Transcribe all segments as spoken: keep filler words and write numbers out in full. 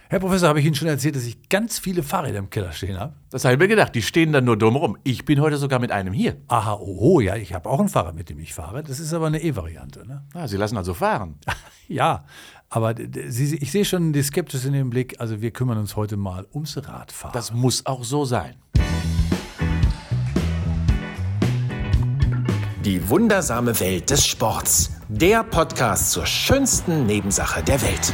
Herr Professor, habe ich Ihnen schon erzählt, dass ich ganz viele Fahrräder im Keller stehen habe? Das habe ich mir gedacht, die stehen dann nur dumm rum. Ich bin heute sogar mit einem hier. Aha, oh, ja, ich habe auch ein Fahrrad, mit dem ich fahre. Das ist aber eine E-Variante, ne? Ah, Sie lassen also fahren. Ja, aber Sie, ich sehe schon die Skepsis in Ihrem Blick. Also wir kümmern uns heute mal ums Radfahren. Das muss auch so sein. Die wundersame Welt des Sports. Der Podcast zur schönsten Nebensache der Welt.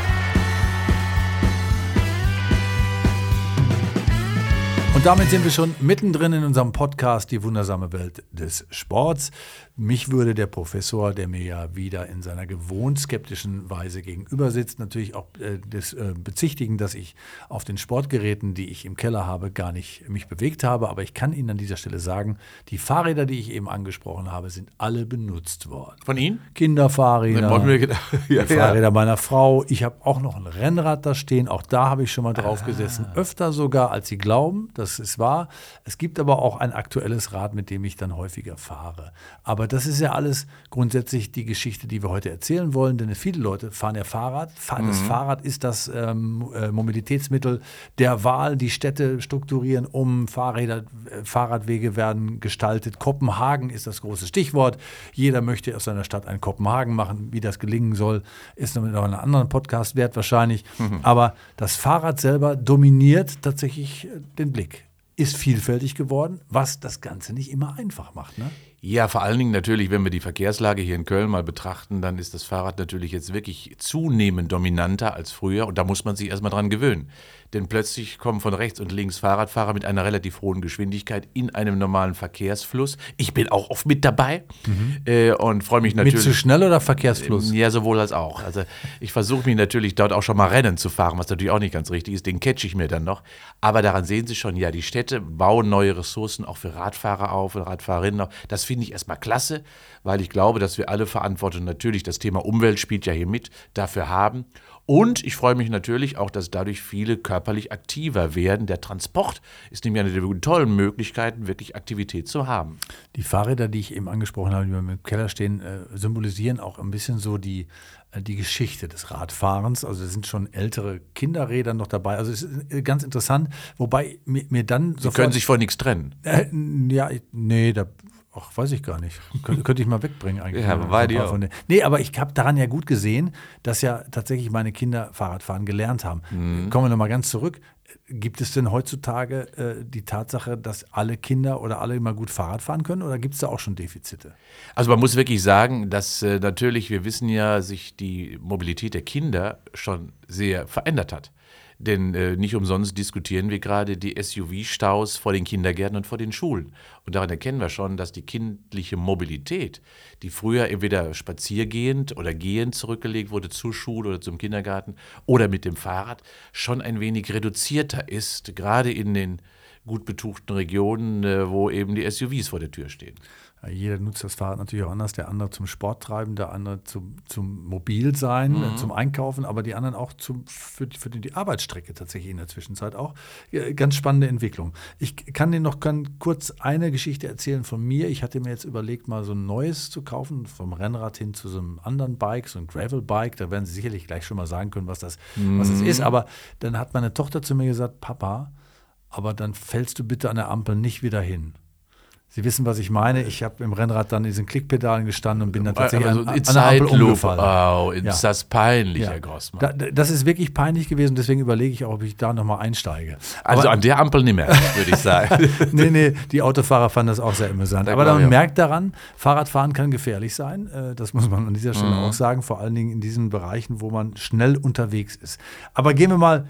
Und damit sind wir schon mittendrin in unserem Podcast Die wundersame Welt des Sports. Mich würde der Professor, der mir ja wieder in seiner gewohnt skeptischen Weise gegenüber sitzt, natürlich auch äh, das, äh, bezichtigen, dass ich auf den Sportgeräten, die ich im Keller habe, gar nicht mich bewegt habe. Aber ich kann Ihnen an dieser Stelle sagen, die Fahrräder, die ich eben angesprochen habe, sind alle benutzt worden. Von Ihnen? Kinderfahrräder, wir gedacht, ja, die Fahrräder ja. meiner Frau. Ich habe auch noch ein Rennrad da stehen. Auch da habe ich schon mal drauf ah. gesessen. Öfter sogar, als Sie glauben. Das ist wahr. Es gibt aber auch ein aktuelles Rad, mit dem ich dann häufiger fahre. Aber das ist ja alles grundsätzlich die Geschichte, die wir heute erzählen wollen, denn viele Leute fahren ja Fahrrad. Das mhm. Fahrrad ist das ähm, Mobilitätsmittel der Wahl. Die Städte strukturieren um, Fahrräder, äh, Fahrradwege werden gestaltet. Kopenhagen ist das große Stichwort. Jeder möchte aus seiner Stadt ein Kopenhagen machen. Wie das gelingen soll, ist noch einen anderen Podcast wert wahrscheinlich. Mhm. Aber das Fahrrad selber dominiert tatsächlich den Blick. Ist vielfältig geworden, was das Ganze nicht immer einfach macht, ne? Ja, vor allen Dingen natürlich, wenn wir die Verkehrslage hier in Köln mal betrachten, dann ist das Fahrrad natürlich jetzt wirklich zunehmend dominanter als früher und da muss man sich erstmal dran gewöhnen. Denn plötzlich kommen von rechts und links Fahrradfahrer mit einer relativ hohen Geschwindigkeit in einem normalen Verkehrsfluss. Ich bin auch oft mit dabei mhm. äh, und freue mich natürlich. Mit zu schnell oder Verkehrsfluss? Äh, ja, sowohl als auch. Also ich versuche mich natürlich dort auch schon mal Rennen zu fahren, was natürlich auch nicht ganz richtig ist. Den catche ich mir dann noch. Aber daran sehen Sie schon, ja, die Städte bauen neue Ressourcen auch für Radfahrer auf und Radfahrerinnen auf. Das finde ich erstmal klasse, weil ich glaube, dass wir alle Verantwortung natürlich, das Thema Umwelt spielt ja hier mit, dafür haben. Und ich freue mich natürlich auch, dass dadurch viele körperlich aktiver werden. Der Transport ist nämlich eine der tollen Möglichkeiten, wirklich Aktivität zu haben. Die Fahrräder, die ich eben angesprochen habe, die im Keller stehen, äh, symbolisieren auch ein bisschen so die, äh, die Geschichte des Radfahrens. Also es sind schon ältere Kinderräder noch dabei. Also es ist ganz interessant, wobei mir, mir dann sofort... Sie können sich vor nichts trennen. Äh, ja, nee, da... Ach, weiß ich gar nicht. Kön- könnte ich mal wegbringen eigentlich. Ja, aber war die auch. Nee, aber ich habe daran ja gut gesehen, dass ja tatsächlich meine Kinder Fahrradfahren gelernt haben. Mhm. Kommen wir nochmal ganz zurück. Gibt es denn heutzutage äh, die Tatsache, dass alle Kinder oder alle immer gut Fahrrad fahren können oder gibt es da auch schon Defizite? Also man muss wirklich sagen, dass äh, natürlich, wir wissen ja, sich die Mobilität der Kinder schon sehr verändert hat. Denn äh, nicht umsonst diskutieren wir gerade die S U V-Staus vor den Kindergärten und vor den Schulen. Und daran erkennen wir schon, dass die kindliche Mobilität, die früher entweder spaziergehend oder gehend zurückgelegt wurde zur Schule oder zum Kindergarten oder mit dem Fahrrad, schon ein wenig reduzierter ist, gerade in den gut betuchten Regionen, äh, wo eben die S U Vs vor der Tür stehen. Ja, jeder nutzt das Fahrrad natürlich auch anders. Der andere zum Sport treiben, der andere zum, zum Mobilsein, mhm. äh, zum Einkaufen, aber die anderen auch zum, für, für die Arbeitsstrecke tatsächlich in der Zwischenzeit auch. Ja, ganz spannende Entwicklung. Ich kann Ihnen noch kann kurz eine Geschichte erzählen von mir. Ich hatte mir jetzt überlegt, mal so ein neues zu kaufen, vom Rennrad hin zu so einem anderen Bike, so ein Gravel-Bike. Da werden Sie sicherlich gleich schon mal sagen können, was das, mhm. was das ist. Aber dann hat meine Tochter zu mir gesagt, Papa, aber dann fällst du bitte an der Ampel nicht wieder hin. Sie wissen, was ich meine. Ich habe im Rennrad dann in diesen Klickpedalen gestanden und bin dann tatsächlich also an, an der Ampel umgefallen. Oh, ist ja. das peinlich, ja. Herr Grossmann. Da, das ist wirklich peinlich gewesen, deswegen überlege ich auch, ob ich da nochmal einsteige. Also Aber, an der Ampel nicht mehr, würde ich sagen. nee, nee, die Autofahrer fanden das auch sehr amüsant. Aber man merkt daran, Fahrradfahren kann gefährlich sein. Das muss man an dieser Stelle mhm. auch sagen, vor allen Dingen in diesen Bereichen, wo man schnell unterwegs ist. Aber gehen wir mal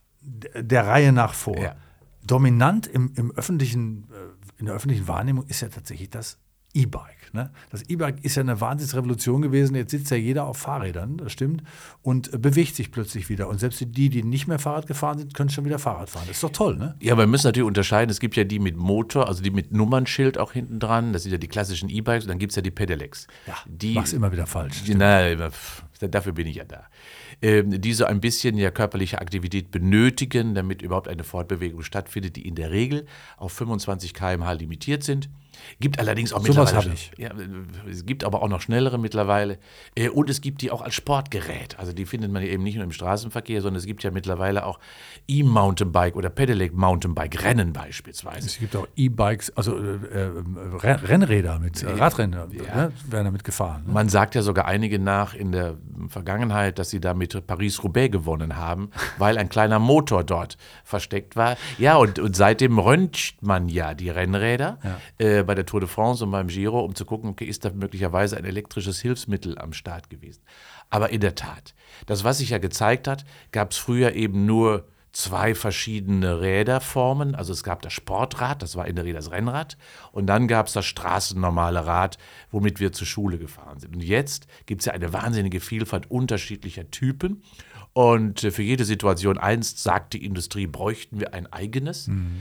der Reihe nach vor. Ja. Dominant im, im öffentlichen in der öffentlichen Wahrnehmung ist ja tatsächlich das E-Bike. Ne? Das E-Bike ist ja eine Wahnsinnsrevolution gewesen. Jetzt sitzt ja jeder auf Fahrrädern, das stimmt, und äh, bewegt sich plötzlich wieder. Und selbst die, die nicht mehr Fahrrad gefahren sind, können schon wieder Fahrrad fahren. Das ist doch toll, ne? Ja, aber wir müssen natürlich unterscheiden. Es gibt ja die mit Motor, also die mit Nummernschild auch hinten dran. Das sind ja die klassischen E-Bikes. Und dann gibt es ja die Pedelecs. Ja, die mach's immer wieder falsch. Die, na, dafür bin ich ja da. Ähm, die so ein bisschen ja körperliche Aktivität benötigen, damit überhaupt eine Fortbewegung stattfindet, die in der Regel auf fünfundzwanzig Kilometer pro Stunde limitiert sind. Gibt allerdings auch so mittlerweile was habe ich. Ja, es gibt aber auch noch schnellere mittlerweile. Äh, Und es gibt die auch als Sportgerät. Also die findet man ja eben nicht nur im Straßenverkehr, sondern es gibt ja mittlerweile auch E-Mountainbike oder Pedelec Mountainbike, Rennen beispielsweise. Es gibt auch E-Bikes, also äh, äh, Rennräder mit äh, Radrennen, ja. ne, werden damit gefahren. Ne? Man sagt ja sogar einige nach in der Vergangenheit, dass sie damit Paris-Roubaix gewonnen haben, weil ein kleiner Motor dort versteckt war. Ja, und, und seitdem röntgt man ja die Rennräder Ja. äh, bei der Tour de France und beim Giro, um zu gucken, okay, ist da möglicherweise ein elektrisches Hilfsmittel am Start gewesen. Aber in der Tat, das, was sich ja gezeigt hat, gab es früher eben nur zwei verschiedene Räderformen. Also es gab das Sportrad, das war in der Regel das Rennrad, und dann gab es das straßennormale Rad, womit wir zur Schule gefahren sind. Und jetzt gibt es ja eine wahnsinnige Vielfalt unterschiedlicher Typen. Und für jede Situation, einst sagt die Industrie, bräuchten wir ein eigenes. Mhm.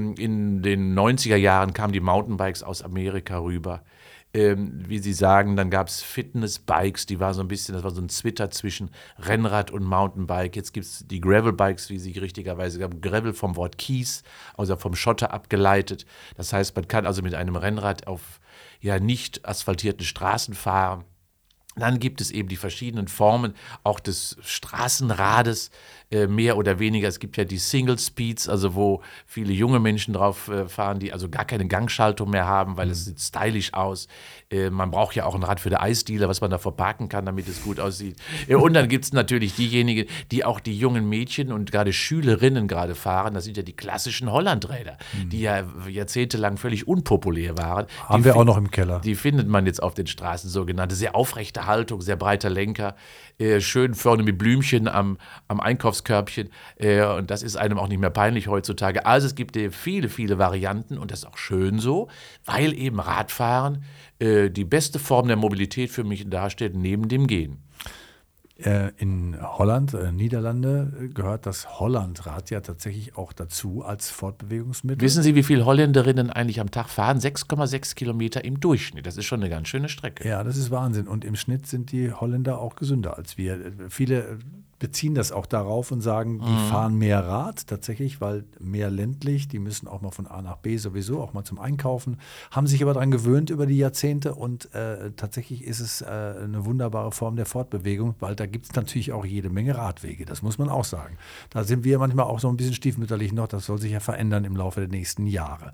In den neunziger Jahren kamen die Mountainbikes aus Amerika rüber. Ähm, wie Sie sagen, dann gab es Fitnessbikes, die war so ein bisschen, das war so ein Zwitter zwischen Rennrad und Mountainbike. Jetzt gibt es die Gravelbikes, wie Sie richtigerweise sagen, Gravel vom Wort Kies, also vom Schotter abgeleitet. Das heißt, man kann also mit einem Rennrad auf ja nicht asphaltierten Straßen fahren. Dann gibt es eben die verschiedenen Formen auch des Straßenrades, äh, mehr oder weniger. Es gibt ja die Single Speeds, also wo viele junge Menschen drauf äh, fahren, die also gar keine Gangschaltung mehr haben, weil mhm. es sieht stylisch aus. Äh, man braucht ja auch ein Rad für den Eisdealer, was man davor parken kann, damit es gut aussieht. Äh, und dann gibt es natürlich diejenigen, die auch die jungen Mädchen und gerade Schülerinnen gerade fahren. Das sind ja die klassischen Hollandräder, mhm. die ja jahrzehntelang völlig unpopulär waren. Haben die wir auch noch im Keller. Die findet man jetzt auf den Straßen, sogenannte sehr aufrechte Haltung, sehr breiter Lenker, äh, schön vorne mit Blümchen am, am Einkaufskörbchen, äh, und das ist einem auch nicht mehr peinlich heutzutage. Also es gibt äh, viele, viele Varianten und das ist auch schön so, weil eben Radfahren äh, die beste Form der Mobilität für mich darstellt, neben dem Gehen. In Holland, äh, Niederlande, gehört das Hollandrad ja tatsächlich auch dazu als Fortbewegungsmittel. Wissen Sie, wie viele Holländerinnen eigentlich am Tag fahren? sechs Komma sechs Kilometer im Durchschnitt. Das ist schon eine ganz schöne Strecke. Ja, das ist Wahnsinn. Und im Schnitt sind die Holländer auch gesünder als wir. Viele beziehen das auch darauf und sagen, die mhm. fahren mehr Rad tatsächlich, weil mehr ländlich, die müssen auch mal von A nach B sowieso, auch mal zum Einkaufen, haben sich aber daran gewöhnt über die Jahrzehnte und äh, tatsächlich ist es äh, eine wunderbare Form der Fortbewegung, weil da gibt es natürlich auch jede Menge Radwege, das muss man auch sagen. Da sind wir manchmal auch so ein bisschen stiefmütterlich noch, das soll sich ja verändern im Laufe der nächsten Jahre.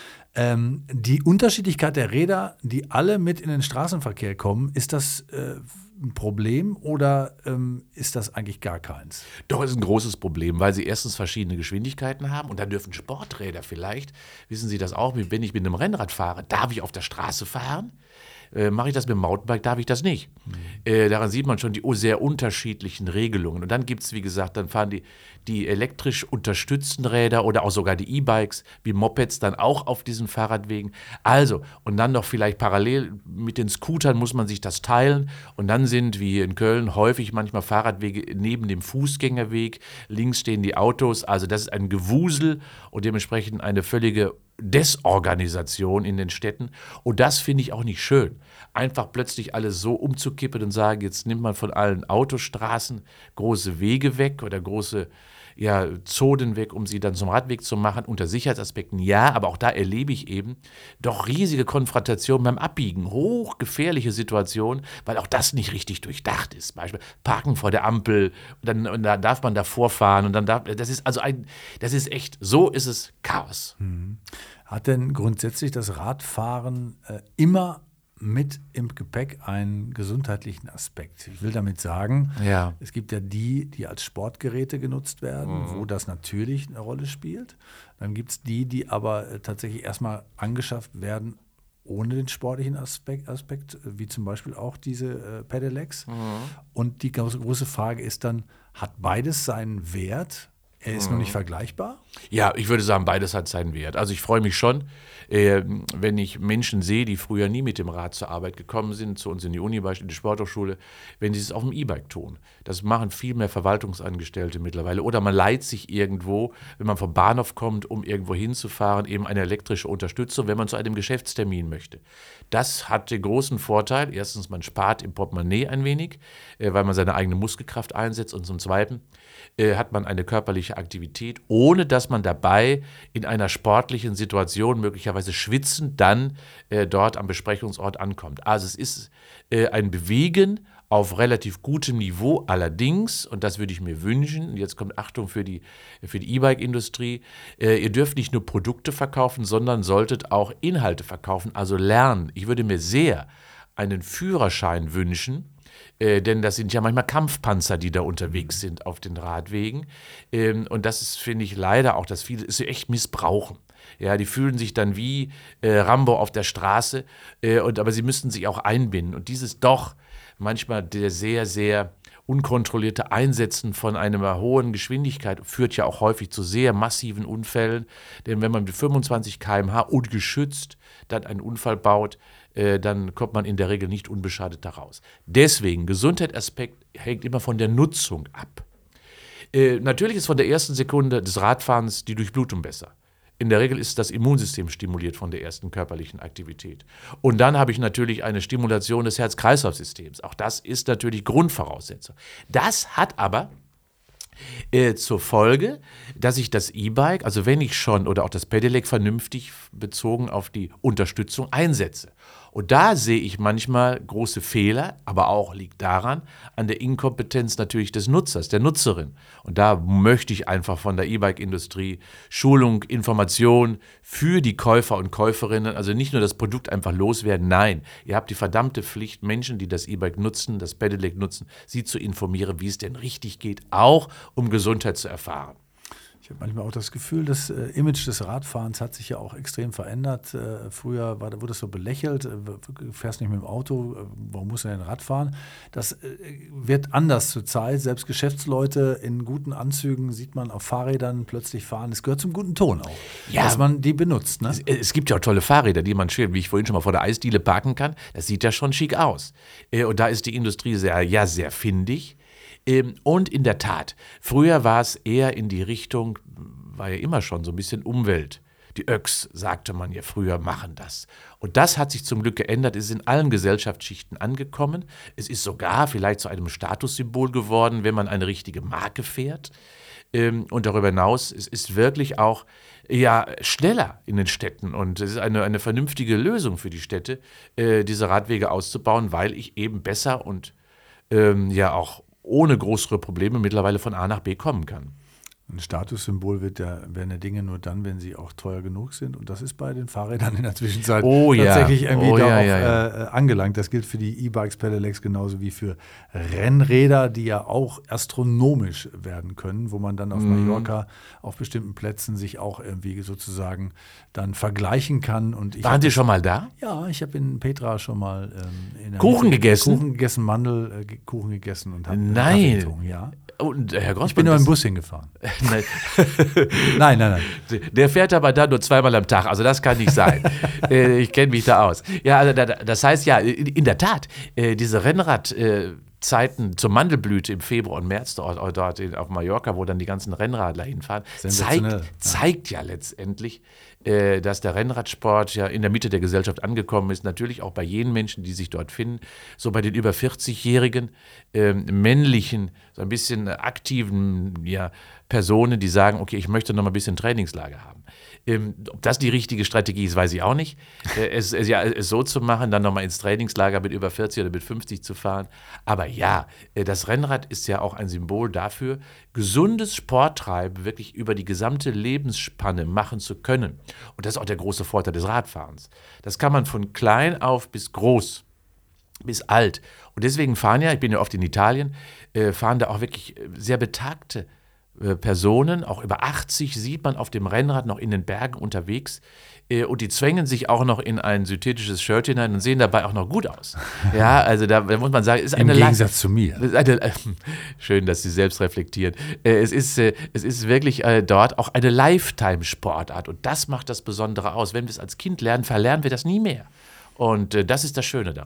Ähm, die Unterschiedlichkeit der Räder, die alle mit in den Straßenverkehr kommen, ist das äh, ein Problem oder ähm, ist das eigentlich gar keins? Doch, es ist ein großes Problem, weil sie erstens verschiedene Geschwindigkeiten haben und dann dürfen Sporträder vielleicht, wissen Sie das auch, wenn ich mit einem Rennrad fahre, darf ich auf der Straße fahren? Äh, mache ich das mit dem Mountainbike, darf ich das nicht. Mhm. Äh, daran sieht man schon die sehr unterschiedlichen Regelungen. Und dann gibt es, wie gesagt, dann fahren die, die elektrisch unterstützten Räder oder auch sogar die E-Bikes wie Mopeds dann auch auf diesen Fahrradwegen. Also, und dann noch vielleicht parallel mit den Scootern muss man sich das teilen. Und dann sind, wie hier in Köln, häufig manchmal Fahrradwege neben dem Fußgängerweg. Links stehen die Autos. Also das ist ein Gewusel und dementsprechend eine völlige Desorganisation in den Städten. Und das finde ich auch nicht schön. Einfach plötzlich alles so umzukippen und sagen, jetzt nimmt man von allen Autostraßen große Wege weg oder große ja, Zonen weg, um sie dann zum Radweg zu machen. Unter Sicherheitsaspekten ja, aber auch da erlebe ich eben doch riesige Konfrontationen beim Abbiegen. Hochgefährliche Situationen, weil auch das nicht richtig durchdacht ist. Beispiel Parken vor der Ampel und dann, und dann darf man davor fahren und dann darf, das ist also ein, das ist echt, so ist es Chaos. Mhm. Hat denn grundsätzlich das Radfahren äh, immer mit im Gepäck einen gesundheitlichen Aspekt? Ich will damit sagen, ja. es gibt ja die, die als Sportgeräte genutzt werden, mhm. wo das natürlich eine Rolle spielt. Dann gibt es die, die aber äh, tatsächlich erstmal angeschafft werden ohne den sportlichen Aspekt, Aspekt wie zum Beispiel auch diese äh, Pedelecs. Mhm. Und die große, große Frage ist dann, hat beides seinen Wert? Er ist mhm. noch nicht vergleichbar? Ja, ich würde sagen, beides hat seinen Wert. Also ich freue mich schon, äh, wenn ich Menschen sehe, die früher nie mit dem Rad zur Arbeit gekommen sind, zu uns in die Uni, beispielsweise in die Sporthochschule, wenn sie es auf dem E-Bike tun. Das machen viel mehr Verwaltungsangestellte mittlerweile. Oder man leiht sich irgendwo, wenn man vom Bahnhof kommt, um irgendwo hinzufahren, eben eine elektrische Unterstützung, wenn man zu einem Geschäftstermin möchte. Das hat den großen Vorteil, erstens, man spart im Portemonnaie ein wenig, äh, weil man seine eigene Muskelkraft einsetzt und zum Zweiten äh, hat man eine körperliche körperliche Aktivität, ohne dass man dabei in einer sportlichen Situation möglicherweise schwitzend dann äh, dort am Besprechungsort ankommt. Also es ist äh, ein Bewegen auf relativ gutem Niveau, allerdings, und das würde ich mir wünschen, jetzt kommt Achtung für die, für die E-Bike-Industrie, äh, ihr dürft nicht nur Produkte verkaufen, sondern solltet auch Inhalte verkaufen, also lernen. Ich würde mir sehr einen Führerschein wünschen, äh, denn das sind ja manchmal Kampfpanzer, die da unterwegs sind auf den Radwegen. Ähm, und das ist, finde ich, leider auch, dass viele es echt missbrauchen. Ja, die fühlen sich dann wie äh, Rambo auf der Straße, äh, und, aber sie müssten sich auch einbinden. Und dieses doch manchmal der sehr, sehr unkontrollierte Einsetzen von einer hohen Geschwindigkeit führt ja auch häufig zu sehr massiven Unfällen. Denn wenn man mit fünfundzwanzig Kilometer pro Stunde ungeschützt dann einen Unfall baut, äh, dann kommt man in der Regel nicht unbeschadet daraus. Deswegen, Gesundheitsaspekt hängt immer von der Nutzung ab. Äh, natürlich ist von der ersten Sekunde des Radfahrens die Durchblutung besser. In der Regel ist das Immunsystem stimuliert von der ersten körperlichen Aktivität. Und dann habe ich natürlich eine Stimulation des Herz-Kreislauf-Systems. Auch das ist natürlich Grundvoraussetzung. Das hat aber äh, zur Folge, dass ich das E-Bike, also wenn ich schon, oder auch das Pedelec vernünftig bezogen auf die Unterstützung einsetze. Und da sehe ich manchmal große Fehler, aber auch liegt daran, an der Inkompetenz natürlich des Nutzers, der Nutzerin. Und da möchte ich einfach von der E-Bike-Industrie Schulung, Information für die Käufer und Käuferinnen, also nicht nur das Produkt einfach loswerden, nein, ihr habt die verdammte Pflicht, Menschen, die das E-Bike nutzen, das Pedelec nutzen, sie zu informieren, wie es denn richtig geht, auch um Gesundheit zu erfahren. Ich habe manchmal auch das Gefühl, das äh, Image des Radfahrens hat sich ja auch extrem verändert. Äh, früher war, wurde es so belächelt, äh, du fährst nicht mit dem Auto, äh, warum musst du denn Rad fahren? Das äh, wird anders zur Zeit. Selbst Geschäftsleute in guten Anzügen sieht man auf Fahrrädern plötzlich fahren. Es gehört zum guten Ton auch, ja, dass man die benutzt. Ne? Es, es gibt ja auch tolle Fahrräder, die man schön, wie ich vorhin schon mal vor der Eisdiele parken kann. Das sieht ja schon schick aus. Äh, und da ist die Industrie sehr, ja, sehr findig. Und in der Tat, früher war es eher in die Richtung, war ja immer schon so ein bisschen Umwelt. Die Öcks, sagte man ja früher, machen das. Und das hat sich zum Glück geändert, es ist in allen Gesellschaftsschichten angekommen. Es ist sogar vielleicht zu einem Statussymbol geworden, wenn man eine richtige Marke fährt. Und darüber hinaus, es ist wirklich auch ja, schneller in den Städten. Und es ist eine, eine vernünftige Lösung für die Städte, diese Radwege auszubauen, weil ich eben besser und ähm, ja auch ohne größere Probleme mittlerweile von A nach B kommen kann. Ein Statussymbol wird ja, werden ja Dinge nur dann, wenn sie auch teuer genug sind. Und das ist bei den Fahrrädern in der Zwischenzeit oh, tatsächlich ja. irgendwie oh, darauf ja, ja, ja. Äh, angelangt. Das gilt für die E-Bikes, Pedelecs genauso wie für Rennräder, die ja auch astronomisch werden können, wo man dann auf mhm. Mallorca auf bestimmten Plätzen sich auch irgendwie sozusagen dann vergleichen kann. Und ich Waren Sie schon mal da? Ja, ich habe in Petra schon mal ähm, in der Kuchen Mitte, gegessen? Kuchen gegessen, Mandelkuchen äh, gegessen und habe Nein. getrunken, ja. Und, Herr Grossmann, ich bin nur im Bus hingefahren. nein. nein, nein, nein. Der fährt aber da nur zweimal am Tag, also das kann nicht sein. äh, ich kenne mich da aus. Ja, also da, das heißt ja, in, in der Tat, äh, diese Rennradzeiten äh, zur Mandelblüte im Februar und März dort, dort auf Mallorca, wo dann die ganzen Rennradler hinfahren, zeigt, ja. zeigt ja letztendlich, äh, dass der Rennradsport ja in der Mitte der Gesellschaft angekommen ist. Natürlich auch bei jenen Menschen, die sich dort finden, so bei den über vierzig-jährigen äh, männlichen, so ein bisschen aktiven ja, Personen, die sagen, okay, ich möchte noch mal ein bisschen Trainingslager haben. Ähm, ob das die richtige Strategie ist, weiß ich auch nicht. Äh, es, es, ja, es so zu machen, dann noch mal ins Trainingslager mit über vierzig oder mit fünfzig zu fahren. Aber ja, äh, das Rennrad ist ja auch ein Symbol dafür, gesundes Sporttreiben wirklich über die gesamte Lebensspanne machen zu können. Und das ist auch der große Vorteil des Radfahrens. Das kann man von klein auf bis groß, bis alt. Und deswegen fahren ja, ich bin ja oft in Italien, äh, fahren da auch wirklich sehr betagte äh, Personen, auch über achtzig sieht man auf dem Rennrad noch in den Bergen unterwegs. Äh, und die zwängen sich auch noch in ein synthetisches Shirt hinein und sehen dabei auch noch gut aus. Ja, also da, da muss man sagen, ist eine Im Gegensatz zu mir. Eine, äh, schön, dass Sie selbst reflektieren. Äh, es, ist, äh, es ist wirklich äh, dort auch eine Lifetime-Sportart. Und das macht das Besondere aus. Wenn wir es als Kind lernen, verlernen wir das nie mehr. Und äh, das ist das Schöne daran.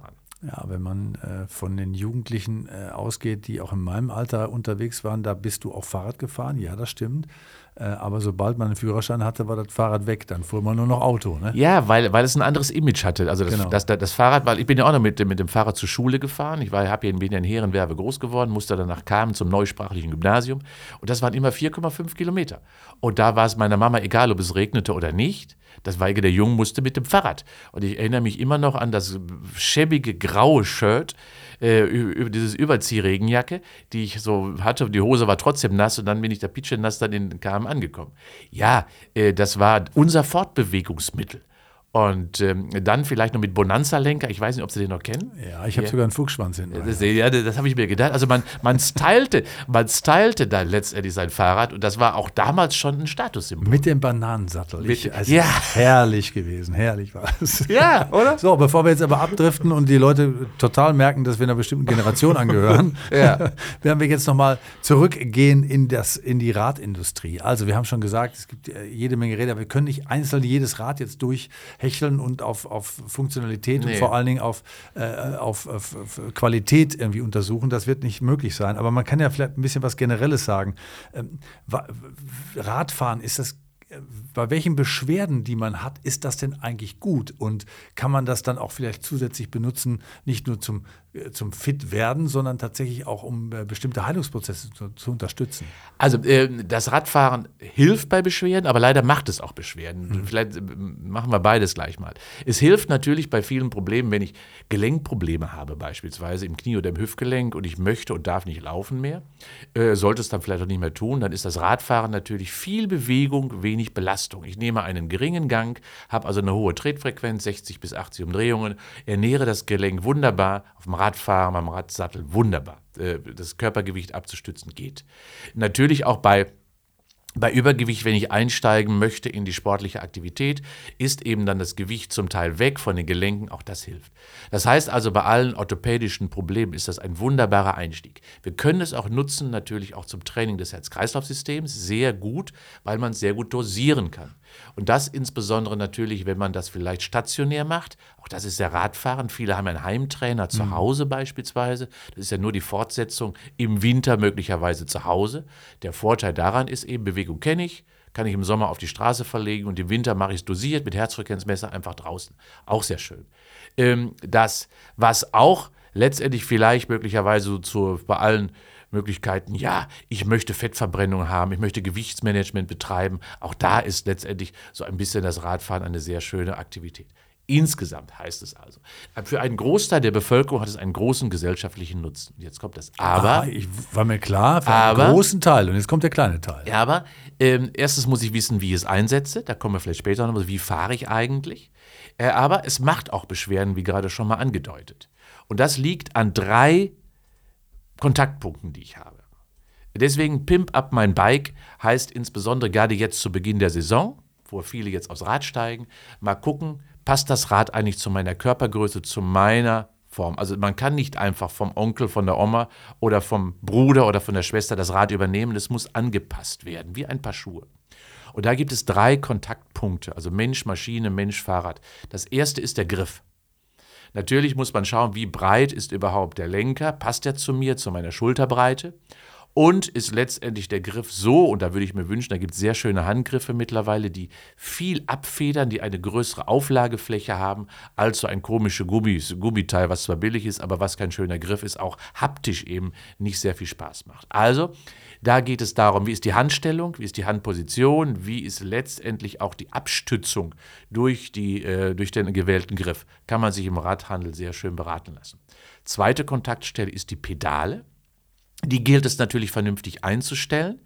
Ja, wenn man äh, von den Jugendlichen äh, ausgeht, die auch in meinem Alter unterwegs waren, da bist du auch Fahrrad gefahren, ja, das stimmt. Äh, aber sobald man einen Führerschein hatte, war das Fahrrad weg, dann fuhr man nur noch Auto. Ne? Ja, weil, weil es ein anderes Image hatte. Also das, Genau. das, das, das Fahrrad, weil ich bin ja auch noch mit, mit dem Fahrrad zur Schule gefahren. Ich war, habe ja in, bin ja in Herrenwerbe groß geworden, musste dann nach Kamen zum neusprachlichen Gymnasium. Und das waren immer vier Komma fünf Kilometer. Und da war es meiner Mama egal, ob es regnete oder nicht. Das Weige der Jung musste mit dem Fahrrad. Und ich erinnere mich immer noch an das schäbige graue Shirt, äh, über dieses Überziehregenjacke, die ich so hatte. Die Hose war trotzdem nass und dann bin ich da pitschenass dann in Kamen angekommen. Ja, äh, das war unser Fortbewegungsmittel. Und ähm, dann vielleicht noch mit Bonanza-Lenker. Ich weiß nicht, ob Sie den noch kennen. Ja, ich habe Ja. sogar einen Fuchsschwanz hinten. Das, ja, das habe ich mir gedacht. Also man, man stylte, man stylte da letztendlich sein Fahrrad und das war auch damals schon ein Statussymbol. Mit dem Bananensattel. Ich, also Ja. Herrlich gewesen, herrlich war es. Ja, oder? So, bevor wir jetzt aber abdriften und die Leute total merken, dass wir einer bestimmten Generation angehören, Ja. werden wir jetzt nochmal zurückgehen in, das, in die Radindustrie. Also wir haben schon gesagt, es gibt jede Menge Räder, wir können nicht einzeln jedes Rad jetzt durchhecheln und auf, auf Funktionalität Nee. und vor allen Dingen auf, äh, auf, auf, auf Qualität irgendwie untersuchen. Das wird nicht möglich sein. Aber man kann ja vielleicht ein bisschen was Generelles sagen. Ähm, wa- Radfahren, ist das bei welchen Beschwerden, die man hat, ist das denn eigentlich gut? Und kann man das dann auch vielleicht zusätzlich benutzen, nicht nur zum, äh, zum Fit-Werden, sondern tatsächlich auch, um äh, bestimmte Heilungsprozesse zu, zu unterstützen? Also äh, das Radfahren hilft bei Beschwerden, aber leider macht es auch Beschwerden. Mhm. Vielleicht äh, machen wir beides gleich mal. Es hilft natürlich bei vielen Problemen, wenn ich Gelenkprobleme habe, beispielsweise im Knie oder im Hüftgelenk und ich möchte und darf nicht laufen mehr, äh, sollte es dann vielleicht auch nicht mehr tun, dann ist das Radfahren natürlich viel Bewegung, wenig Belastung. Ich nehme einen geringen Gang, habe also eine hohe Tretfrequenz, sechzig bis achtzig Umdrehungen, ernähre das Gelenk wunderbar, auf dem Radfahren, beim Radsattel wunderbar. Äh, das Körpergewicht abzustützen geht. Natürlich auch bei Bei Übergewicht, wenn ich einsteigen möchte in die sportliche Aktivität, ist eben dann das Gewicht zum Teil weg von den Gelenken, auch das hilft. Das heißt also, bei allen orthopädischen Problemen ist das ein wunderbarer Einstieg. Wir können es auch nutzen, natürlich auch zum Training des Herz-Kreislauf-Systems, sehr gut, weil man es sehr gut dosieren kann. Und das insbesondere natürlich, wenn man das vielleicht stationär macht, auch das ist ja Radfahren, viele haben einen Heimtrainer zu Hause beispielsweise, das ist ja nur die Fortsetzung im Winter möglicherweise zu Hause. Der Vorteil daran ist eben, Bewegung kenne ich, kann ich im Sommer auf die Straße verlegen und im Winter mache ich es dosiert mit Herzfrequenzmesser einfach draußen. Auch sehr schön. Ähm, das, was auch letztendlich vielleicht möglicherweise so zu, bei allen Möglichkeiten, ja, ich möchte Fettverbrennung haben, ich möchte Gewichtsmanagement betreiben, auch da ist letztendlich so ein bisschen das Radfahren eine sehr schöne Aktivität. Insgesamt heißt es also, für einen Großteil der Bevölkerung hat es einen großen gesellschaftlichen Nutzen. Jetzt kommt das Aber. Ah, ich war mir klar, für aber, einen großen Teil. Und jetzt kommt der kleine Teil. Ja, aber ähm, erstens muss ich wissen, wie ich es einsetze. Da kommen wir vielleicht später noch, wie fahre ich eigentlich. Äh, aber es macht auch Beschwerden, wie gerade schon mal angedeutet. Und das liegt an drei Kontaktpunkten, die ich habe. Deswegen Pimp up mein Bike heißt insbesondere gerade jetzt zu Beginn der Saison, wo viele jetzt aufs Rad steigen, mal gucken, passt das Rad eigentlich zu meiner Körpergröße, zu meiner Form. Also man kann nicht einfach vom Onkel, von der Oma oder vom Bruder oder von der Schwester das Rad übernehmen. Es muss angepasst werden, wie ein Paar Schuhe. Und da gibt es drei Kontaktpunkte, also Mensch, Maschine, Mensch, Fahrrad. Das erste ist der Griff. Natürlich muss man schauen, wie breit ist überhaupt der Lenker, passt er zu mir, zu meiner Schulterbreite und ist letztendlich der Griff so, und da würde ich mir wünschen, da gibt es sehr schöne Handgriffe mittlerweile, die viel abfedern, die eine größere Auflagefläche haben, als so ein komisches Gummis, Gummiteil, was zwar billig ist, aber was kein schöner Griff ist, auch haptisch eben nicht sehr viel Spaß macht. Also, da geht es darum, wie ist die Handstellung, wie ist die Handposition, wie ist letztendlich auch die Abstützung durch, die, äh, durch den gewählten Griff. Kann man sich im Radhandel sehr schön beraten lassen. Zweite Kontaktstelle ist die Pedale. Die gilt es natürlich vernünftig einzustellen.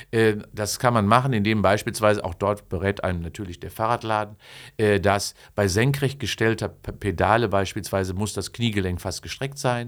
Das kann man machen, indem beispielsweise, auch dort berät einem natürlich der Fahrradladen, dass bei senkrecht gestellter Pedale beispielsweise muss das Kniegelenk fast gestreckt sein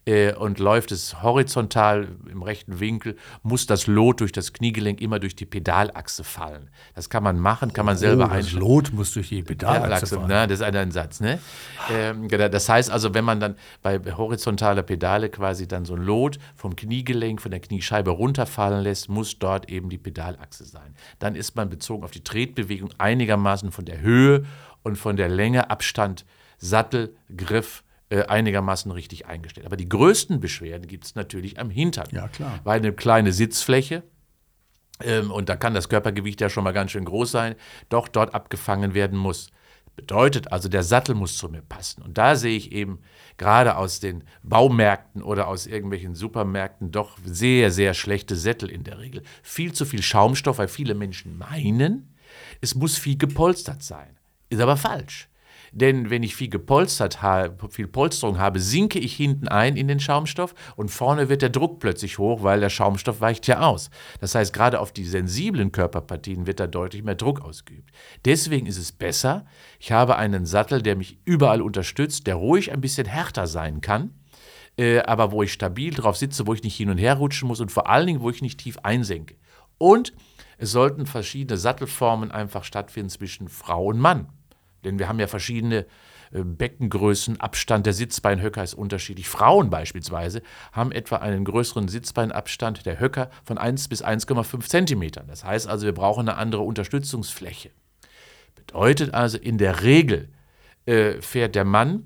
und läuft es horizontal im rechten Winkel, muss das Lot durch das Kniegelenk immer durch die Pedalachse fallen. Das kann man machen, kann man Oh, selber das einstellen. Lot muss durch die Pedalachse fallen. Ne, das ist ein Satz. Ne? Ähm, das heißt also, wenn man dann bei horizontaler Pedale quasi dann so ein Lot vom Kniegelenk, von der Kniescheibe runterfallen lässt, muss dort eben die Pedalachse sein. Dann ist man bezogen auf die Tretbewegung einigermaßen von der Höhe und von der Länge, Abstand, Sattel, Griff äh, einigermaßen richtig eingestellt. Aber die größten Beschwerden gibt es natürlich am Hintern. Ja, klar. Weil eine kleine Sitzfläche, ähm, und da kann das Körpergewicht ja schon mal ganz schön groß sein, doch dort abgefangen werden muss. Bedeutet also, der Sattel muss zu mir passen. Und da sehe ich eben gerade aus den Baumärkten oder aus irgendwelchen Supermärkten doch sehr, sehr schlechte Sättel in der Regel. Viel zu viel Schaumstoff, weil viele Menschen meinen, es muss viel gepolstert sein. Ist aber falsch. Denn wenn ich viel gepolstert habe, viel Polsterung habe, sinke ich hinten ein in den Schaumstoff und vorne wird der Druck plötzlich hoch, weil der Schaumstoff weicht ja aus. Das heißt, gerade auf die sensiblen Körperpartien wird da deutlich mehr Druck ausgeübt. Deswegen ist es besser, ich habe einen Sattel, der mich überall unterstützt, der ruhig ein bisschen härter sein kann, äh, aber wo ich stabil drauf sitze, wo ich nicht hin und her rutschen muss und vor allen Dingen, wo ich nicht tief einsenke. Und es sollten verschiedene Sattelformen einfach stattfinden zwischen Frau und Mann. Denn wir haben ja verschiedene äh, Beckengrößen, Abstand der Sitzbeinhöcker ist unterschiedlich. Frauen beispielsweise haben etwa einen größeren Sitzbeinabstand der Höcker von eins bis eins Komma fünf Zentimetern. Das heißt also, wir brauchen eine andere Unterstützungsfläche. Bedeutet also, in der Regel äh, fährt der Mann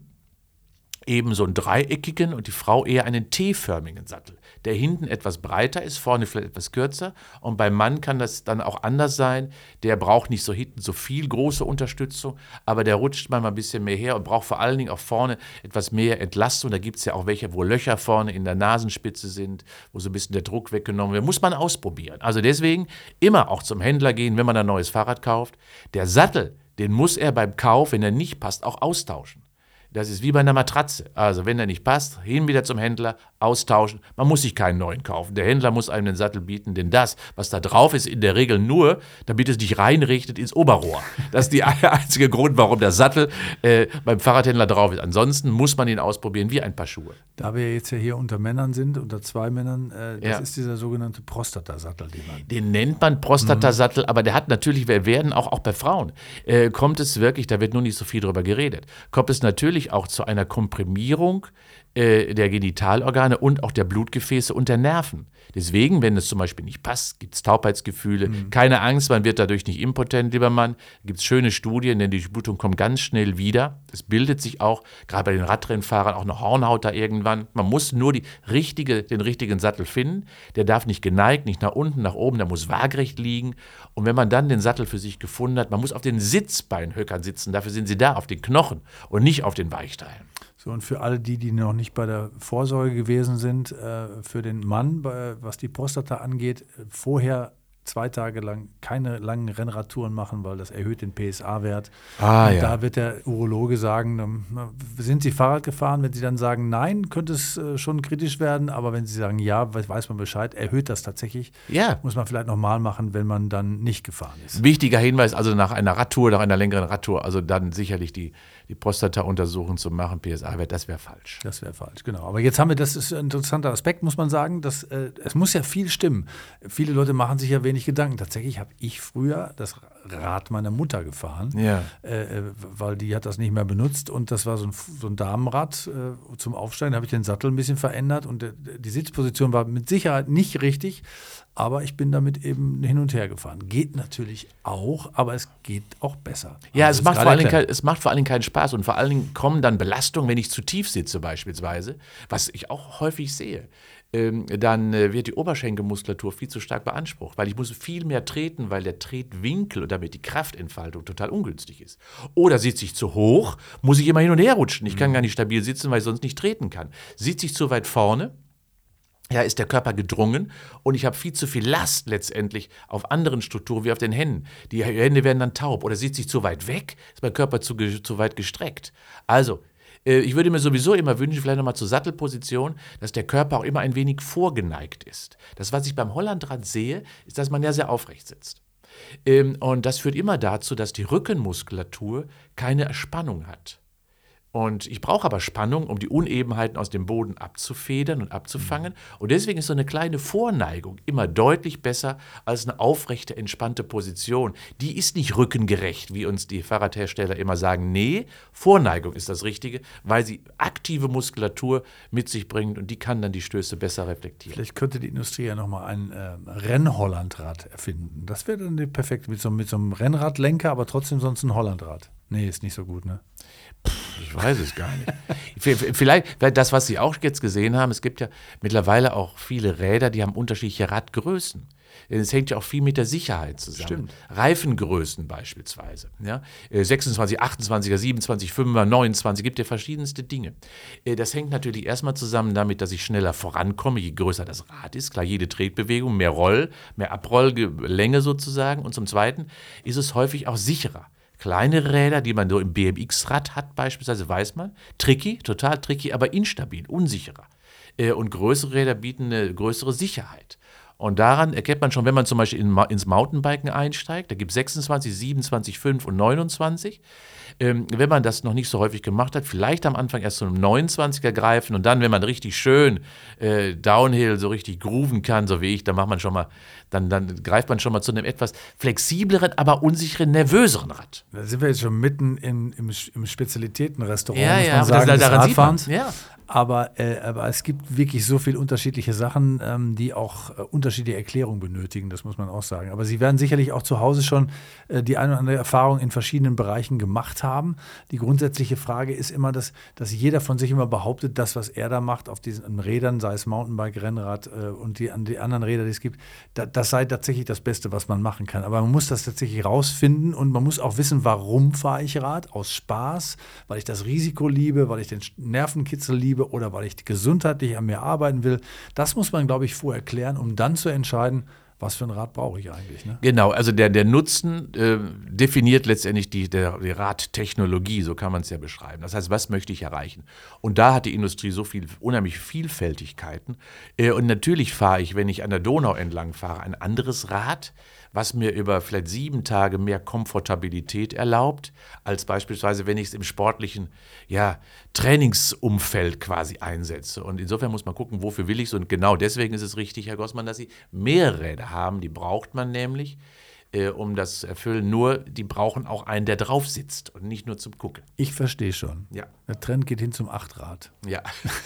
eben so einen dreieckigen und die Frau eher einen T-förmigen Sattel, der hinten etwas breiter ist, vorne vielleicht etwas kürzer. Und beim Mann kann das dann auch anders sein. Der braucht nicht so hinten so viel große Unterstützung, aber der rutscht manchmal ein bisschen mehr her und braucht vor allen Dingen auch vorne etwas mehr Entlastung. Da gibt es ja auch welche, wo Löcher vorne in der Nasenspitze sind, wo so ein bisschen der Druck weggenommen wird. Muss man ausprobieren. Also deswegen immer auch zum Händler gehen, wenn man ein neues Fahrrad kauft. Der Sattel, den muss er beim Kauf, wenn er nicht passt, auch austauschen. Das ist wie bei einer Matratze. Also wenn der nicht passt, hin wieder zum Händler, austauschen. Man muss sich keinen neuen kaufen. Der Händler muss einem den Sattel bieten, denn das, was da drauf ist, in der Regel nur, damit es dich reinrichtet ins Oberrohr. Das ist der einzige Grund, warum der Sattel äh, beim Fahrradhändler drauf ist. Ansonsten muss man ihn ausprobieren wie ein paar Schuhe. Da wir jetzt ja hier unter Männern sind, unter zwei Männern, äh, das Ja. ist dieser sogenannte Prostatasattel, den man... Den nennt man Prostatasattel, mhm. aber der hat natürlich, wir werden auch, auch bei Frauen, äh, kommt es wirklich, da wird nur nicht so viel drüber geredet, kommt es natürlich auch zu einer Komprimierung äh, der Genitalorgane und auch der Blutgefäße und der Nerven. Deswegen, wenn es zum Beispiel nicht passt, gibt es Taubheitsgefühle. Mhm. Keine Angst, man wird dadurch nicht impotent, lieber Mann. Gibt es schöne Studien, denn die Durchblutung kommt ganz schnell wieder. Es bildet sich auch, gerade bei den Radrennfahrern, auch eine Hornhaut da irgendwann. Man muss nur die richtige, den richtigen Sattel finden. Der darf nicht geneigt, nicht nach unten, nach oben, der muss waagerecht liegen. Und wenn man dann den Sattel für sich gefunden hat, man muss auf den Sitzbeinhöckern sitzen. Dafür sind sie da, auf den Knochen und nicht auf den Weichteilen. So, und für alle die, die noch nicht bei der Vorsorge gewesen sind, äh, für den Mann, bei, was die Prostata angeht, vorher zwei Tage lang keine langen Rennradtouren machen, weil das erhöht den P S A-Wert. Ah, und ja. da wird der Urologe sagen, ähm, sind Sie Fahrrad gefahren? Wenn Sie dann sagen, nein, könnte es äh, schon kritisch werden. Aber wenn Sie sagen, ja, weiß man Bescheid, erhöht das tatsächlich. Ja. Muss man vielleicht nochmal machen, wenn man dann nicht gefahren ist. Wichtiger Hinweis, also nach einer Radtour, nach einer längeren Radtour, also dann sicherlich die, die Prostata-Untersuchung zu machen, P S A-Wert, das wäre falsch. Das wäre falsch, genau. Aber jetzt haben wir, das ist ein interessanter Aspekt, muss man sagen, dass, äh, es muss ja viel stimmen. Viele Leute machen sich ja wenig Gedanken. Tatsächlich habe ich früher das Rad meiner Mutter gefahren, Ja. äh, weil die hat das nicht mehr benutzt und das war so ein, so ein Damenrad äh, zum Aufsteigen. Da habe ich den Sattel ein bisschen verändert und äh, die Sitzposition war mit Sicherheit nicht richtig, aber ich bin damit eben hin und her gefahren. Geht natürlich auch, aber es geht auch besser. Ja, Also es macht, gerade vor allen Dingen, erklärt. kein- es macht vor allen Dingen keinen Spaß und vor allen Dingen kommen dann Belastungen, wenn ich zu tief sitze beispielsweise, was ich auch häufig sehe. Ähm, dann äh, wird die Oberschenkelmuskulatur viel zu stark beansprucht, weil ich muss viel mehr treten, weil der Tretwinkel und damit die Kraftentfaltung total ungünstig ist. Oder sitze ich zu hoch, muss ich immer hin und her rutschen. Ich kann gar nicht stabil sitzen, weil ich sonst nicht treten kann. Sitze ich zu weit vorne, ja, ist der Körper gedrungen und ich habe viel zu viel Last letztendlich auf anderen Strukturen wie auf den Händen. Die Hände werden dann taub oder sitze ich zu weit weg, ist mein Körper zu, ge- zu weit gestreckt. Also, äh, ich würde mir sowieso immer wünschen, vielleicht nochmal zur Sattelposition, dass der Körper auch immer ein wenig vorgeneigt ist. Das, was ich beim Hollandrad sehe, ist, dass man ja sehr aufrecht sitzt. Ähm, und das führt immer dazu, dass die Rückenmuskulatur keine Spannung hat. Und ich brauche aber Spannung, um die Unebenheiten aus dem Boden abzufedern und abzufangen. Und deswegen ist so eine kleine Vorneigung immer deutlich besser als eine aufrechte, entspannte Position. Die ist nicht rückengerecht, wie uns die Fahrradhersteller immer sagen. Nee, Vorneigung ist das Richtige, weil sie aktive Muskulatur mit sich bringt und die kann dann die Stöße besser reflektieren. Vielleicht könnte die Industrie ja nochmal ein äh, Rennhollandrad erfinden. Das wäre dann die perfekte, mit so, mit so einem Rennradlenker, aber trotzdem sonst ein Hollandrad. Nee, ist nicht so gut, ne? Pff, Ich weiß es gar nicht. Vielleicht, das, was Sie auch jetzt gesehen haben, es gibt ja mittlerweile auch viele Räder, die haben unterschiedliche Radgrößen. Es hängt ja auch viel mit der Sicherheit zusammen. Stimmt. Reifengrößen beispielsweise. Ja? sechsundzwanzig, achtundzwanziger, siebenundzwanzig, fünfer, neunundzwanzig, gibt ja verschiedenste Dinge. Das hängt natürlich erstmal zusammen damit, dass ich schneller vorankomme, je größer das Rad ist. Klar, jede Tretbewegung, mehr Roll, mehr Abrolllänge sozusagen. Und zum Zweiten ist es häufig auch sicherer. Kleine Räder, die man so im B M X-Rad hat beispielsweise, weiß man, tricky, total tricky, aber instabil, unsicherer. Und größere Räder bieten eine größere Sicherheit. Und daran erkennt man schon, wenn man zum Beispiel in, ins Mountainbiken einsteigt, da gibt es sechsundzwanzig, siebenundzwanzig, fünf und neunundzwanzig. Ähm, wenn man das noch nicht so häufig gemacht hat, vielleicht am Anfang erst zu einem neunundzwanziger greifen und dann, wenn man richtig schön äh, Downhill so richtig grooven kann, so wie ich, dann macht man schon mal, dann, dann greift man schon mal zu einem etwas flexibleren, aber unsicheren, nervöseren Rad. Da sind wir jetzt schon mitten in, im, im Spezialitätenrestaurant, ja, muss ja, man sagen, das, des daran Radfahrens. sieht man. Ja. Aber, äh, aber es gibt wirklich so viele unterschiedliche Sachen, ähm, die auch äh, unterschiedliche Erklärungen benötigen, das muss man auch sagen. Aber Sie werden sicherlich auch zu Hause schon äh, die eine oder andere Erfahrung in verschiedenen Bereichen gemacht haben. Die grundsätzliche Frage ist immer, dass, dass jeder von sich immer behauptet, das, was er da macht auf diesen Rädern, sei es Mountainbike, Rennrad äh, und die, die anderen Räder, die es gibt, da, das sei tatsächlich das Beste, was man machen kann. Aber man muss das tatsächlich rausfinden und man muss auch wissen, warum fahre ich Rad? Aus Spaß, weil ich das Risiko liebe, weil ich den Nervenkitzel liebe, oder weil ich gesundheitlich an mir arbeiten will. Das muss man, glaube ich, vorher klären, um dann zu entscheiden, was für ein Rad brauche ich eigentlich. Ne? Genau, also der, der Nutzen äh, definiert letztendlich die, der, die Radtechnologie, so kann man es ja beschreiben. Das heißt, was möchte ich erreichen? Und da hat die Industrie so viel, unheimlich Vielfältigkeiten. Äh, und natürlich fahre ich, wenn ich an der Donau entlang fahre, ein anderes Rad, was mir über vielleicht sieben Tage mehr Komfortabilität erlaubt, als beispielsweise, wenn ich es im sportlichen ja, Trainingsumfeld quasi einsetze. Und insofern muss man gucken, wofür will ich es. Und genau deswegen ist es richtig, Herr Gossmann, dass Sie mehrere Räder haben. Die braucht man nämlich, äh, um das zu erfüllen. Nur, die brauchen auch einen, der drauf sitzt und nicht nur zum Gucken. Ich verstehe schon. Ja. Der Trend geht hin zum Achtrad. Ja.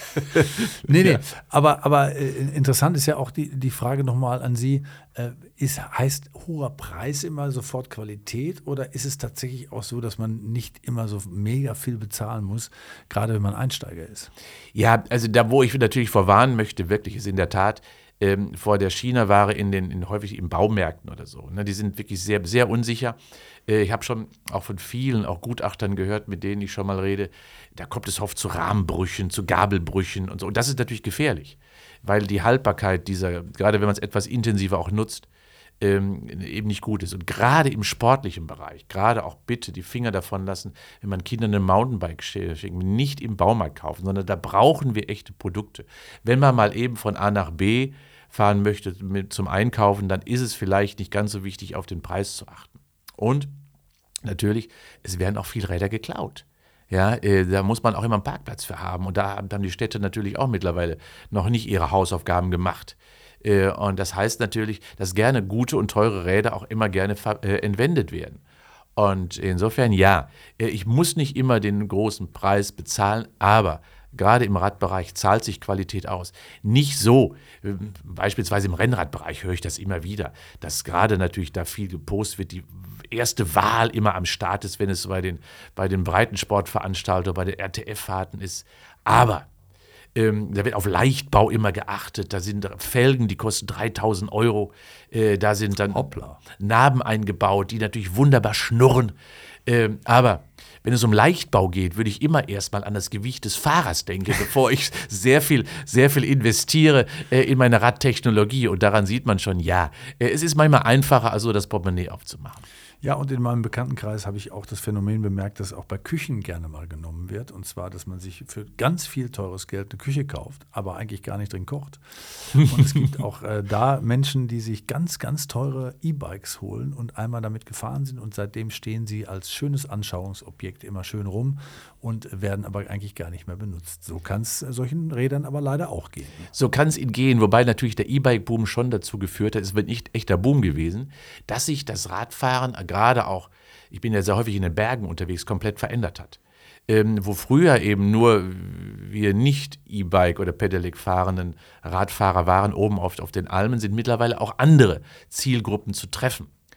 nee, nee. Ja. Aber, aber äh, interessant ist ja auch die, die Frage nochmal an Sie. Äh, ist, heißt hoher Preis immer sofort Qualität oder ist es tatsächlich auch so, dass man nicht immer so mega viel bezahlen muss, gerade wenn man Einsteiger ist? Ja, also da, wo ich natürlich vorwarnen möchte, wirklich ist in der Tat, Ähm, vor der China-Ware in den in häufig in Baumärkten oder so. Ne? Die sind wirklich sehr, sehr unsicher. Äh, ich habe schon auch von vielen, auch Gutachtern gehört, mit denen ich schon mal rede, da kommt es oft zu Rahmenbrüchen, zu Gabelbrüchen und so. Und das ist natürlich gefährlich, weil die Haltbarkeit dieser, gerade wenn man es etwas intensiver auch nutzt, ähm, eben nicht gut ist. Und gerade im sportlichen Bereich, gerade auch bitte die Finger davon lassen, wenn man Kindern ein Mountainbike schickt, nicht im Baumarkt kaufen, sondern da brauchen wir echte Produkte. Wenn man mal eben von A nach B fahren möchte mit, zum Einkaufen, dann ist es vielleicht nicht ganz so wichtig, auf den Preis zu achten. Und natürlich, es werden auch viele Räder geklaut. Ja, äh, da muss man auch immer einen Parkplatz für haben. Und da haben die Städte natürlich auch mittlerweile noch nicht ihre Hausaufgaben gemacht. Äh, und das heißt natürlich, dass gerne gute und teure Räder auch immer gerne ver- äh, entwendet werden. Und insofern, ja, äh, ich muss nicht immer den großen Preis bezahlen, aber gerade im Radbereich zahlt sich Qualität aus. Nicht so, äh, beispielsweise im Rennradbereich höre ich das immer wieder, dass gerade natürlich da viel gepostet wird, die erste Wahl immer am Start ist, wenn es bei den, bei den Breitensportveranstaltungen, bei den R T F-Fahrten ist. Aber ähm, da wird auf Leichtbau immer geachtet. Da sind Felgen, die kosten dreitausend Euro. Äh, da sind dann Hoppla. Narben eingebaut, die natürlich wunderbar schnurren. Ähm, aber wenn es um Leichtbau geht, würde ich immer erstmal an das Gewicht des Fahrers denken, bevor ich sehr viel, sehr viel investiere äh, in meine Radtechnologie. Und daran sieht man schon, ja, äh, es ist manchmal einfacher, also das Portemonnaie aufzumachen. Ja, und in meinem Bekanntenkreis habe ich auch das Phänomen bemerkt, dass auch bei Küchen gerne mal genommen wird. Und zwar, dass man sich für ganz viel teures Geld eine Küche kauft, aber eigentlich gar nicht drin kocht. Und es gibt auch äh, da Menschen, die sich ganz, ganz teure E-Bikes holen und einmal damit gefahren sind. Und seitdem stehen sie als schönes Anschauungsobjekt immer schön rum und werden aber eigentlich gar nicht mehr benutzt. So kann es solchen Rädern aber leider auch gehen. So kann es ihnen gehen, wobei natürlich der E-Bike-Boom schon dazu geführt hat, es wird nicht echter Boom gewesen, dass sich das Radfahren gerade auch, ich bin ja sehr häufig in den Bergen unterwegs, komplett verändert hat. Ähm, wo früher eben nur wir nicht E-Bike oder Pedelec fahrenden Radfahrer waren, oben oft auf den Almen, sind mittlerweile auch andere Zielgruppen zu treffen.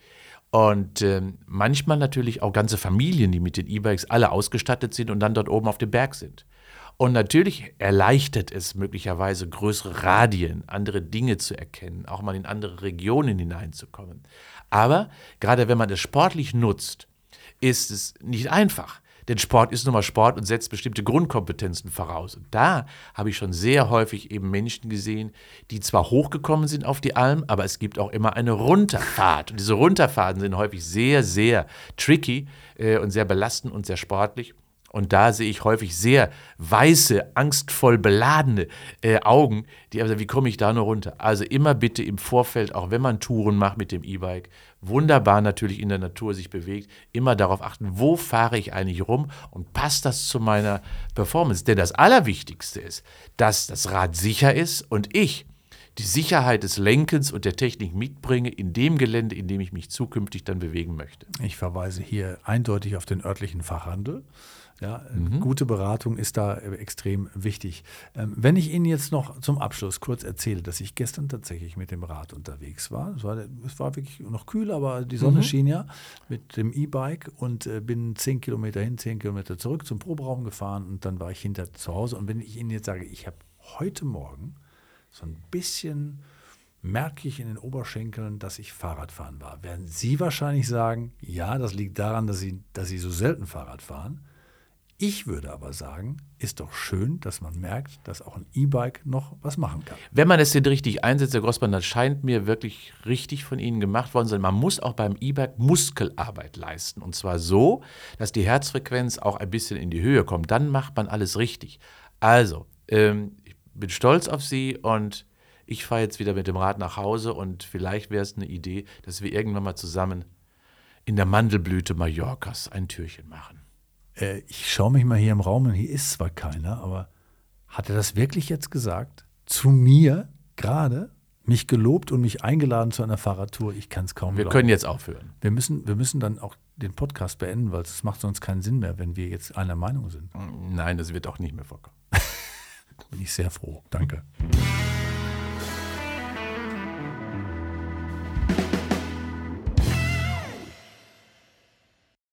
Und ähm, manchmal natürlich auch ganze Familien, die mit den E-Bikes alle ausgestattet sind und dann dort oben auf dem Berg sind. Und natürlich erleichtert es möglicherweise größere Radien, andere Dinge zu erkennen, auch mal in andere Regionen hineinzukommen. Aber gerade wenn man es sportlich nutzt, ist es nicht einfach. Denn Sport ist nun mal Sport und setzt bestimmte Grundkompetenzen voraus. Und da habe ich schon sehr häufig eben Menschen gesehen, die zwar hochgekommen sind auf die Alm, aber es gibt auch immer eine Runterfahrt. Und diese Runterfahrten sind häufig sehr, sehr tricky äh, und sehr belastend und sehr sportlich. Und da sehe ich häufig sehr weiße, angstvoll beladene äh, Augen, die aber sagen, wie komme ich da nur runter? Also immer bitte im Vorfeld, auch wenn man Touren macht mit dem E-Bike, wunderbar natürlich in der Natur sich bewegt, immer darauf achten, wo fahre ich eigentlich rum und passt das zu meiner Performance? Denn das Allerwichtigste ist, dass das Rad sicher ist und ich die Sicherheit des Lenkens und der Technik mitbringe in dem Gelände, in dem ich mich zukünftig dann bewegen möchte. Ich verweise hier eindeutig auf den örtlichen Fachhandel. Ja, mhm. Gute Beratung ist da extrem wichtig. Ähm, wenn ich Ihnen jetzt noch zum Abschluss kurz erzähle, dass ich gestern tatsächlich mit dem Rad unterwegs war. Es war, es war wirklich noch kühl, aber die Sonne mhm. schien ja mit dem E-Bike und äh, bin zehn Kilometer hin, zehn Kilometer zurück zum Proberaum gefahren und dann war ich hinter zu Hause. Und wenn ich Ihnen jetzt sage, ich habe heute Morgen so ein bisschen merke ich in den Oberschenkeln, dass ich Fahrradfahren war. Werden Sie wahrscheinlich sagen, ja, das liegt daran, dass Sie, dass Sie so selten Fahrrad fahren. Ich würde aber sagen, ist doch schön, dass man merkt, dass auch ein E-Bike noch was machen kann. Wenn man es denn richtig einsetzt, Herr Grossmann, das scheint mir wirklich richtig von Ihnen gemacht worden zu sein. Man muss auch beim E-Bike Muskelarbeit leisten. Und zwar so, dass die Herzfrequenz auch ein bisschen in die Höhe kommt. Dann macht man alles richtig. Also, ähm, ich bin stolz auf Sie und ich fahre jetzt wieder mit dem Rad nach Hause und vielleicht wäre es eine Idee, dass wir irgendwann mal zusammen in der Mandelblüte Mallorcas ein Türchen machen. Ich schaue mich mal hier im Raum und hier ist zwar keiner, aber hat er das wirklich jetzt gesagt? Zu mir gerade? Mich gelobt und mich eingeladen zu einer Fahrradtour? Ich kann es kaum Wir glauben. können jetzt aufhören. Wir müssen, wir müssen dann auch den Podcast beenden, weil es macht sonst keinen Sinn mehr, wenn wir jetzt einer Meinung sind. Nein, das wird auch nicht mehr vorkommen. Bin ich sehr froh. Danke.